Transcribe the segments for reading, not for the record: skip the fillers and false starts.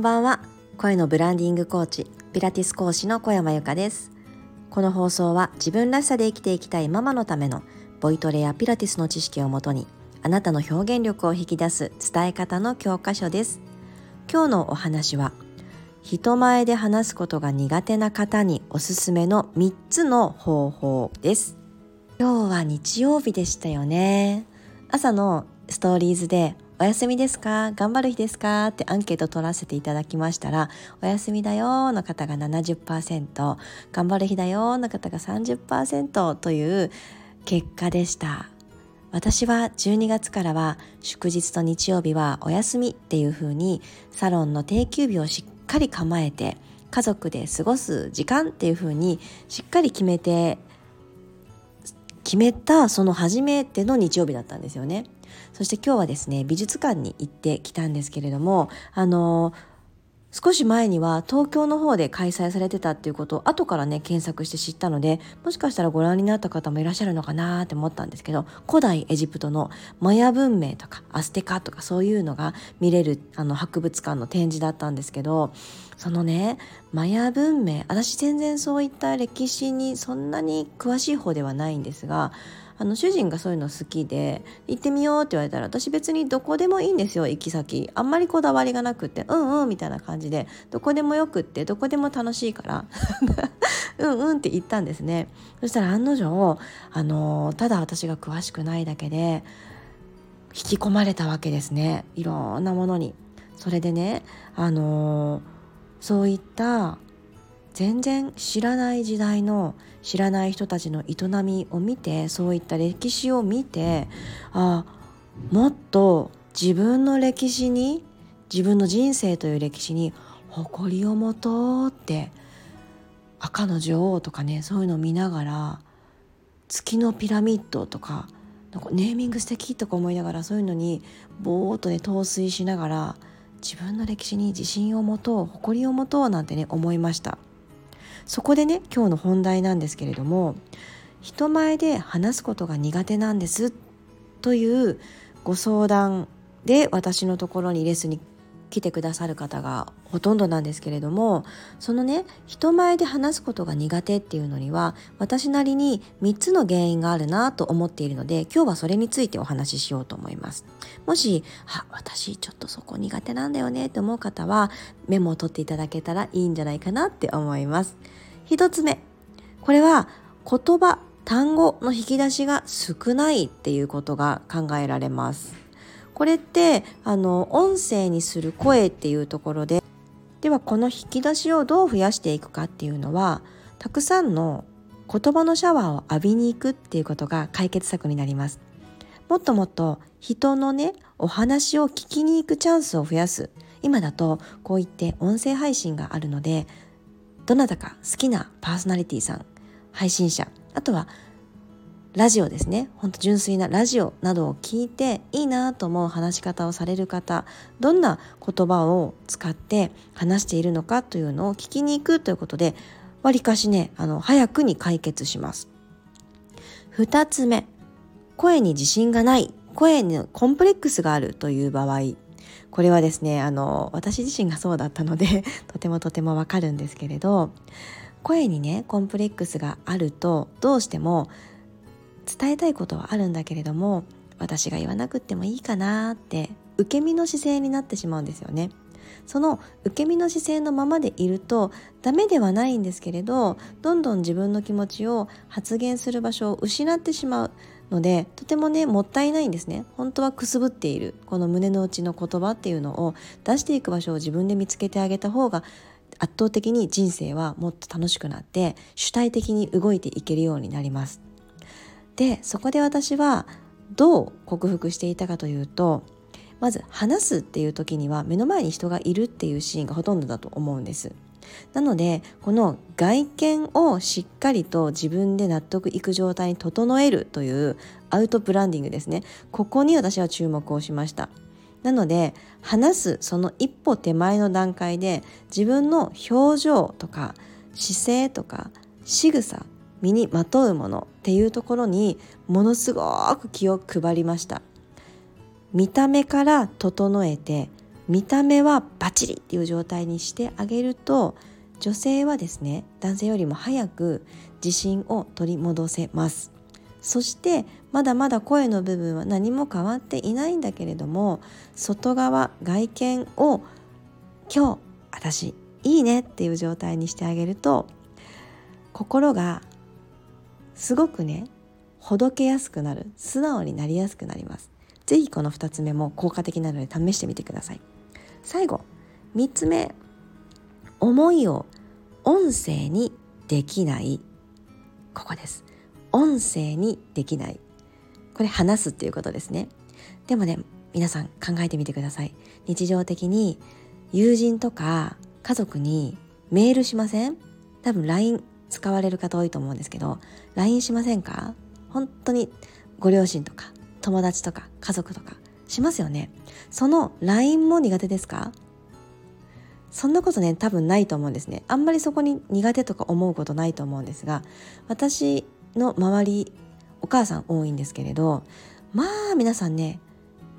ばんは。声のブランディングコーチ、ピラティス講師の小山由佳です。この放送は自分らしさで生きていきたいママのためのボイトレやピラティスの知識をもとに、あなたの表現力を引き出す伝え方の教科書です。今日のお話は、人前で話すことが苦手な方におすすめの3つの方法です。今日は日曜日でしたよね。朝のストーリーズでお休みですか？頑張る日ですか？ってアンケート取らせていただきましたら、お休みだよの方が 70%、頑張る日だよの方が 30% という結果でした。私は12月からは祝日と日曜日はお休みっていう風にサロンの定休日をしっかり構えて、家族で過ごす時間っていう風にしっかり決めたその初めての日曜日だったんですよね。そして今日はですね、美術館に行ってきたんですけれども、少し前には東京の方で開催されてたっていうことを後からね検索して知ったので、もしかしたらご覧になった方もいらっしゃるのかなって思ったんですけど、古代エジプトのマヤ文明とかアステカとかそういうのが見れる博物館の展示だったんですけど、そのねマヤ文明、私全然そういった歴史にそんなに詳しい方ではないんですが、主人がそういうの好きで行ってみようって言われたら、私別にどこでもいいんですよ。行き先あんまりこだわりがなくって、みたいな感じで、どこでもよくってどこでも楽しいからって言ったんですね。そしたら案の定ただ私が詳しくないだけで引き込まれたわけですね、いろんなものに。それでねそういった全然知らない時代の知らない人たちの営みを見て、そういった歴史を見て、もっと自分の歴史に、自分の人生という歴史に誇りを持とうって、赤の女王とかね、そういうのを見ながら、月のピラミッドとか、なんかネーミング素敵とか思いながら、そういうのにぼーっとね陶酔しながら、自分の歴史に自信を持とう、誇りを持とうなんてね思いました。そこでね、今日の本題なんですけれども、人前で話すことが苦手なんですというご相談で私のところにレッスンに来てくださる方がほとんどなんですけれども、そのね人前で話すことが苦手っていうのには、私なりに3つの原因があるなと思っているので、今日はそれについてお話ししようと思います。もし私ちょっとそこ苦手なんだよねと思う方は、メモを取っていただけたらいいんじゃないかなって思います。1つ目、これは言葉単語の引き出しが少ないっていうことが考えられます。これって音声にする声っていうところで、ではこの引き出しをどう増やしていくかっていうのは、たくさんの言葉のシャワーを浴びに行くっていうことが解決策になります。もっともっと人のねお話を聞きに行くチャンスを増やす。今だとこういって音声配信があるので、どなたか好きなパーソナリティさん、配信者、あとはラジオですね、本当純粋なラジオなどを聞いていいなと思う話し方をされる方、どんな言葉を使って話しているのかというのを聞きに行くということで、わりかしね早くに解決します。2つ目、声に自信がない、声にコンプレックスがあるという場合、これはですね私自身がそうだったのでとてもわかるんですけれど、声にねコンプレックスがあると、どうしても伝えたいことはあるんだけれども、私が言わなくってもいいかなって受け身の姿勢になってしまうんですよね。その受け身の姿勢のままでいるとダメではないんですけれど、どんどん自分の気持ちを発言する場所を失ってしまうので、とてもねもったいないんですね。本当はくすぶっているこの胸の内の言葉っていうのを出していく場所を自分で見つけてあげた方が、圧倒的に人生はもっと楽しくなって主体的に動いていけるようになります。で、そこで私はどう克服していたかというと、まず話すっていう時には目の前に人がいるっていうシーンがほとんどだと思うんです。なのでこの外見をしっかりと自分で納得いく状態に整えるというアウトブランディングですね、ここに私は注目をしました。なので話すその一歩手前の段階で、自分の表情とか姿勢とか仕草、身にまとうものっていうところにものすごく気を配りました。見た目から整えて見た目はバッチリっていう状態にしてあげると、女性はですね、男性よりも早く自信を取り戻せます。そしてまだまだ声の部分は何も変わっていないんだけれども、外側外見を今日私いいねっていう状態にしてあげると、心がすごくねほどけやすくなる、素直になりやすくなります。ぜひこの2つ目も効果的なので試してみてください。最後3つ目、思いを音声にできない。ここです。音声にできない。これ話すっていうことですね。でもね、皆さん考えてみてください。日常的に友人とか家族にメールしません？多分 LINE 使われる方多いと思うんですけど、 LINE しませんか？本当にご両親とか友達とか家族とかしますよね。その LINE も苦手ですか？そんなことね多分ないと思うんですね。あんまりそこに苦手とか思うことないと思うんですが、私の周りお母さん多いんですけれど、まあ皆さんね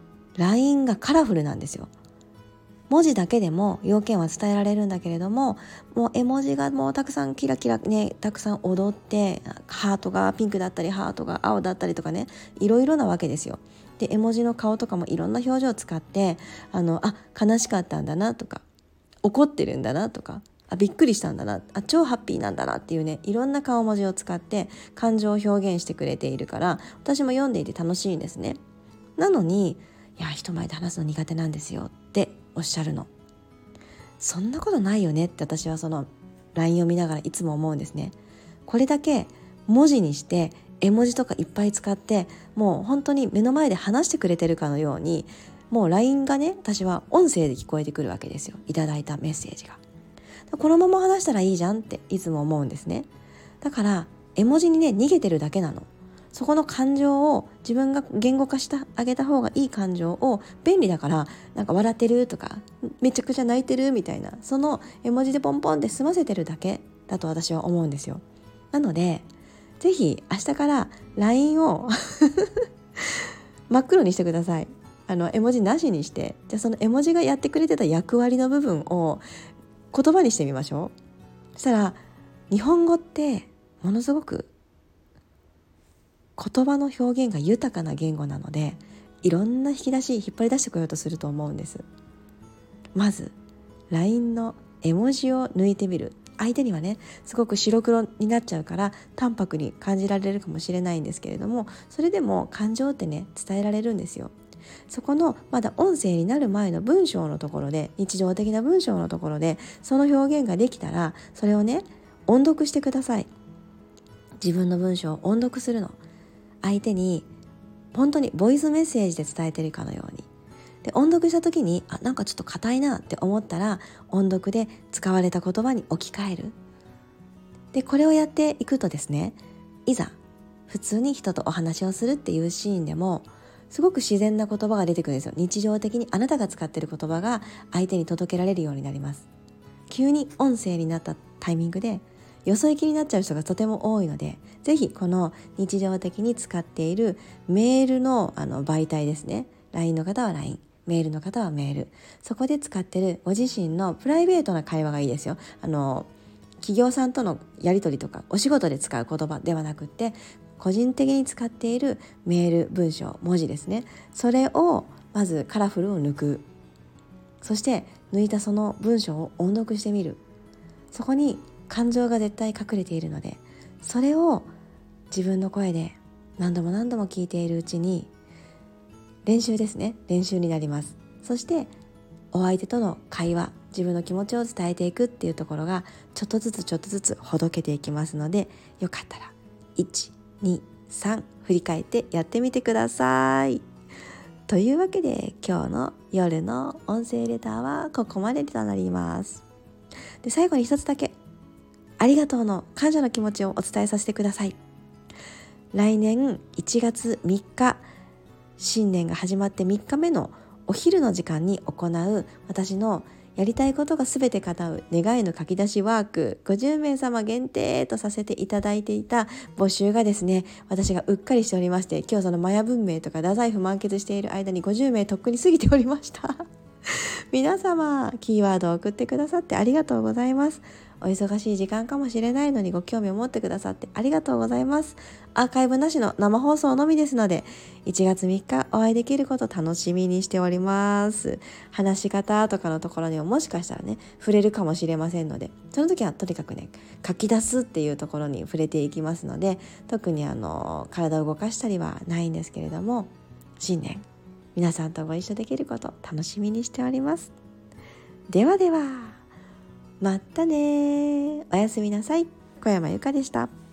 LINE がカラフルなんですよ。文字だけでも要件は伝えられるんだけれども、もう絵文字がもうたくさんキラキラね、たくさん踊って、ハートがピンクだったりハートが青だったりとかね、いろいろなわけですよ。で絵文字の顔とかもいろんな表情を使って、悲しかったんだなとか、怒ってるんだなとか、びっくりしたんだな、超ハッピーなんだなっていうね、いろんな顔文字を使って感情を表現してくれているから、私も読んでいて楽しいんですね。なのに、いや人前で話すの苦手なんですよっておっしゃるの。そんなことないよねって私はその LINE を見ながらいつも思うんですね。これだけ文字にして絵文字とかいっぱい使って、もう本当に目の前で話してくれてるかのように、もう LINE がね、私は音声で聞こえてくるわけですよ。いただいたメッセージが。このまま話したらいいじゃんっていつも思うんですね。だから絵文字にね逃げてるだけなの。そこの感情を自分が言語化してあげた方がいい感情を、便利だからなんか笑ってるとかめちゃくちゃ泣いてるみたいな、その絵文字でポンポンって済ませてるだけだと私は思うんですよ。なのでぜひ明日から LINE を真っ黒にしてください。絵文字なしにして、じゃあその絵文字がやってくれてた役割の部分を言葉にしてみましょう。そしたら日本語ってものすごく言葉の表現が豊かな言語なので、いろんな引っ張り出してこようとすると思うんです。まず LINE の絵文字を抜いてみる。相手にはねすごく白黒になっちゃうから淡白に感じられるかもしれないんですけれども、それでも感情ってね伝えられるんですよ。そこのまだ音声になる前の文章のところで、日常的な文章のところでその表現ができたら、それをね音読してください。自分の文章を音読するの。相手に本当にボイスメッセージで伝えてるかのように。で音読した時になんかちょっと硬いなって思ったら、音読で使われた言葉に置き換える。でこれをやっていくとですね、いざ普通に人とお話をするっていうシーンでもすごく自然な言葉が出てくるんですよ。日常的にあなたが使っている言葉が相手に届けられるようになります。急に音声になったタイミングでよそ行きになっちゃう人がとても多いので、ぜひこの日常的に使っているメールの媒体ですね。 LINE の方は LINE、 メールの方はメール、そこで使っているご自身のプライベートな会話がいいですよ。企業さんとのやり取りとかお仕事で使う言葉ではなくって、個人的に使っているメール、文章、文字ですね。それをまずカラフルを抜く。そして抜いたその文章を音読してみる。そこに感情が絶対隠れているので、それを自分の声で何度も何度も聞いているうちに練習ですね、練習になります。そしてお相手との会話、自分の気持ちを伝えていくっていうところがちょっとずつほどけていきますので、よかったら1、2、3振り返ってやってみてください。というわけで今日の夜の音声レターはここまでとなります。で最後に一つだけありがとうの感謝の気持ちをお伝えさせてください。来年1月3日、新年が始まって3日目のお昼の時間に行う私のやりたいことがすべて叶う願いの書き出しワーク、50名様限定とさせていただいていた募集がですね、私がうっかりしておりまして、今日そのマヤ文明とか太宰府満喫している間に50名とっくに過ぎておりました皆様キーワードを送ってくださってありがとうございます。お忙しい時間かもしれないのにご興味を持ってくださってありがとうございます。アーカイブなしの生放送のみですので、1月3日お会いできること楽しみにしております。話し方とかのところにももしかしたらね触れるかもしれませんので、その時はとにかくね書き出すっていうところに触れていきますので、特に体を動かしたりはないんですけれども、新年皆さんとご一緒できること楽しみにしております。ではではまたね。おやすみなさい。小山由かでした。